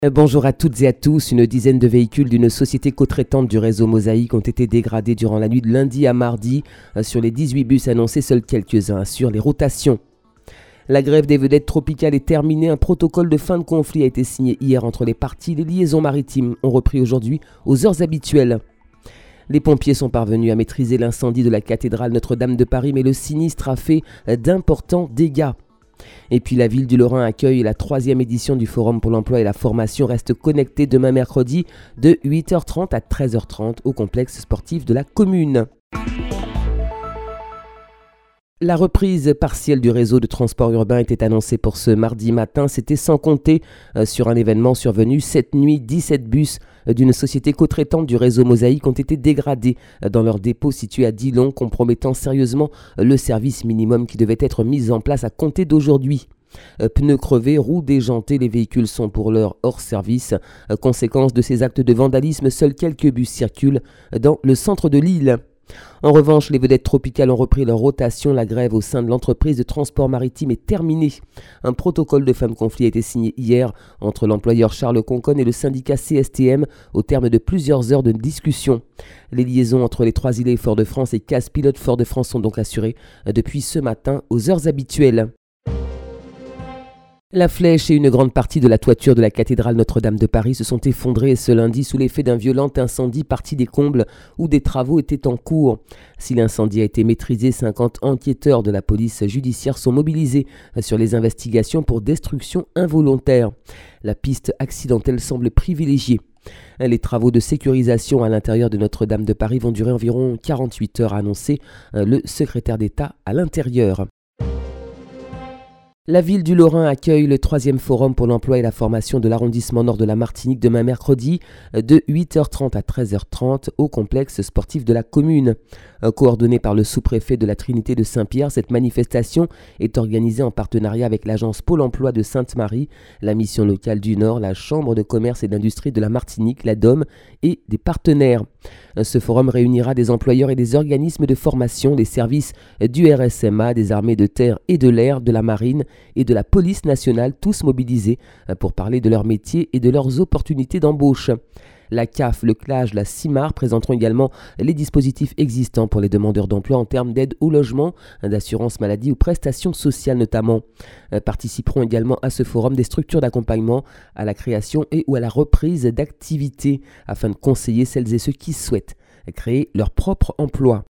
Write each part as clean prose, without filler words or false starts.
Bonjour à toutes et à tous. Une dizaine de véhicules d'une société cotraitante du réseau Mosaïque ont été dégradés durant la nuit de lundi à mardi. Sur les 18 bus annoncés, seuls quelques-uns assurent les rotations. La grève des vedettes tropicales est terminée. Un protocole de fin de conflit a été signé hier entre les parties. Les liaisons maritimes ont repris aujourd'hui aux heures habituelles. Les pompiers sont parvenus à maîtriser l'incendie de la cathédrale Notre-Dame de Paris, mais le sinistre a fait d'importants dégâts. Et puis la ville du Lorrain accueille la 3e édition du Forum pour l'emploi et la formation. Reste connecté demain mercredi de 8h30 à 13h30 au complexe sportif de la commune. La reprise partielle du réseau de transport urbain était annoncée pour ce mardi matin. C'était sans compter sur un événement survenu cette nuit. 17 bus d'une société cotraitante du réseau Mosaïque ont été dégradés dans leur dépôt situé à Dillon, compromettant sérieusement le service minimum qui devait être mis en place à compter d'aujourd'hui. Pneus crevés, roues déjantées, les véhicules sont pour l'heure hors service. Conséquence de ces actes de vandalisme, seuls quelques bus circulent dans le centre de l'île. En revanche, les vedettes tropicales ont repris leur rotation. La grève au sein de l'entreprise de transport maritime est terminée. Un protocole de fin de conflit a été signé hier entre l'employeur Charles Conconne et le syndicat CSTM au terme de plusieurs heures de discussion. Les liaisons entre les Trois-Îlets Fort-de-France et Casse-Pilote Fort-de-France sont donc assurées depuis ce matin aux heures habituelles. La flèche et une grande partie de la toiture de la cathédrale Notre-Dame de Paris se sont effondrées ce lundi sous l'effet d'un violent incendie parti des combles où des travaux étaient en cours. Si l'incendie a été maîtrisé, 50 enquêteurs de la police judiciaire sont mobilisés sur les investigations pour destruction involontaire. La piste accidentelle semble privilégiée. Les travaux de sécurisation à l'intérieur de Notre-Dame de Paris vont durer environ 48 heures, a annoncé le secrétaire d'État à l'Intérieur. La ville du Lorrain accueille le 3e forum pour l'emploi et la formation de l'arrondissement nord de la Martinique demain mercredi de 8h30 à 13h30 au complexe sportif de la commune. Coordonnée par le sous-préfet de la Trinité de Saint-Pierre, cette manifestation est organisée en partenariat avec l'agence Pôle emploi de Sainte-Marie, la mission locale du Nord, la Chambre de commerce et d'industrie de la Martinique, la DOM et des partenaires. Ce forum réunira des employeurs et des organismes de formation, des services du RSMA, des armées de terre et de l'air, de la marine et de la police nationale, tous mobilisés pour parler de leur métier et de leurs opportunités d'embauche. La CAF, le CLAGE, la CIMAR présenteront également les dispositifs existants pour les demandeurs d'emploi en termes d'aide au logement, d'assurance maladie ou prestations sociales notamment. Participeront également à ce forum des structures d'accompagnement à la création et ou à la reprise d'activités afin de conseiller celles et ceux qui souhaitent créer leur propre emploi.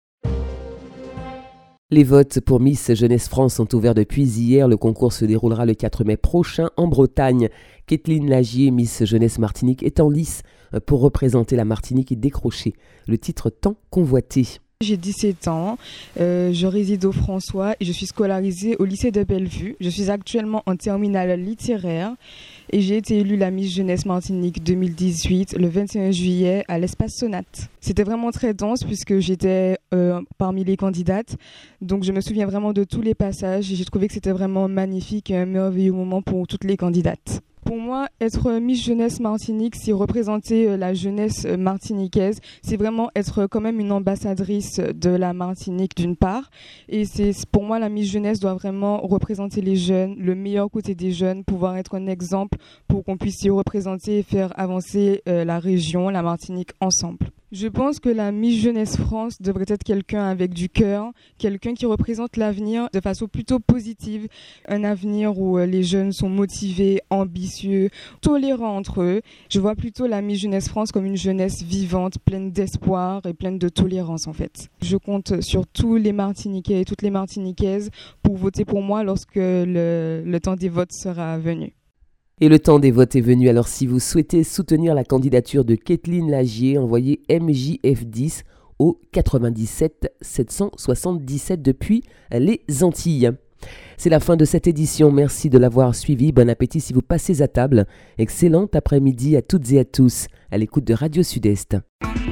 Les votes pour Miss Jeunesse France sont ouverts depuis hier. Le concours se déroulera le 4 mai prochain en Bretagne. Kathleen Lagier, Miss Jeunesse Martinique, est en lice pour représenter la Martinique et décrocher le titre tant convoité. J'ai 17 ans, je réside au François et je suis scolarisée au lycée de Bellevue. Je suis actuellement en terminale littéraire et j'ai été élue la Miss Jeunesse Martinique 2018 le 21 juillet à l'Espace Sonate. C'était vraiment très dense puisque j'étais parmi les candidates, donc je me souviens vraiment de tous les passages et j'ai trouvé que c'était vraiment magnifique et un merveilleux moment pour toutes les candidates. Pour moi, être Miss Jeunesse Martinique, c'est représenter la jeunesse martiniquaise. C'est vraiment être quand même une ambassadrice de la Martinique d'une part. Et pour moi, la Miss Jeunesse doit vraiment représenter les jeunes, le meilleur côté des jeunes, pouvoir être un exemple pour qu'on puisse y représenter et faire avancer la région, la Martinique ensemble. Je pense que la Miss Jeunesse France devrait être quelqu'un avec du cœur, quelqu'un qui représente l'avenir de façon plutôt positive, un avenir où les jeunes sont motivés, ambitieux, tolérants entre eux. Je vois plutôt la Miss Jeunesse France comme une jeunesse vivante, pleine d'espoir et pleine de tolérance en fait. Je compte sur tous les Martiniquais et toutes les Martiniquaises pour voter pour moi lorsque le temps des votes sera venu. Et le temps des votes est venu, alors si vous souhaitez soutenir la candidature de Kathleen Lagier, envoyez MJF10 au 97 777 depuis les Antilles. C'est la fin de cette édition, merci de l'avoir suivi, bon appétit si vous passez à table. Excellent après-midi à toutes et à tous, à l'écoute de Radio Sud-Est.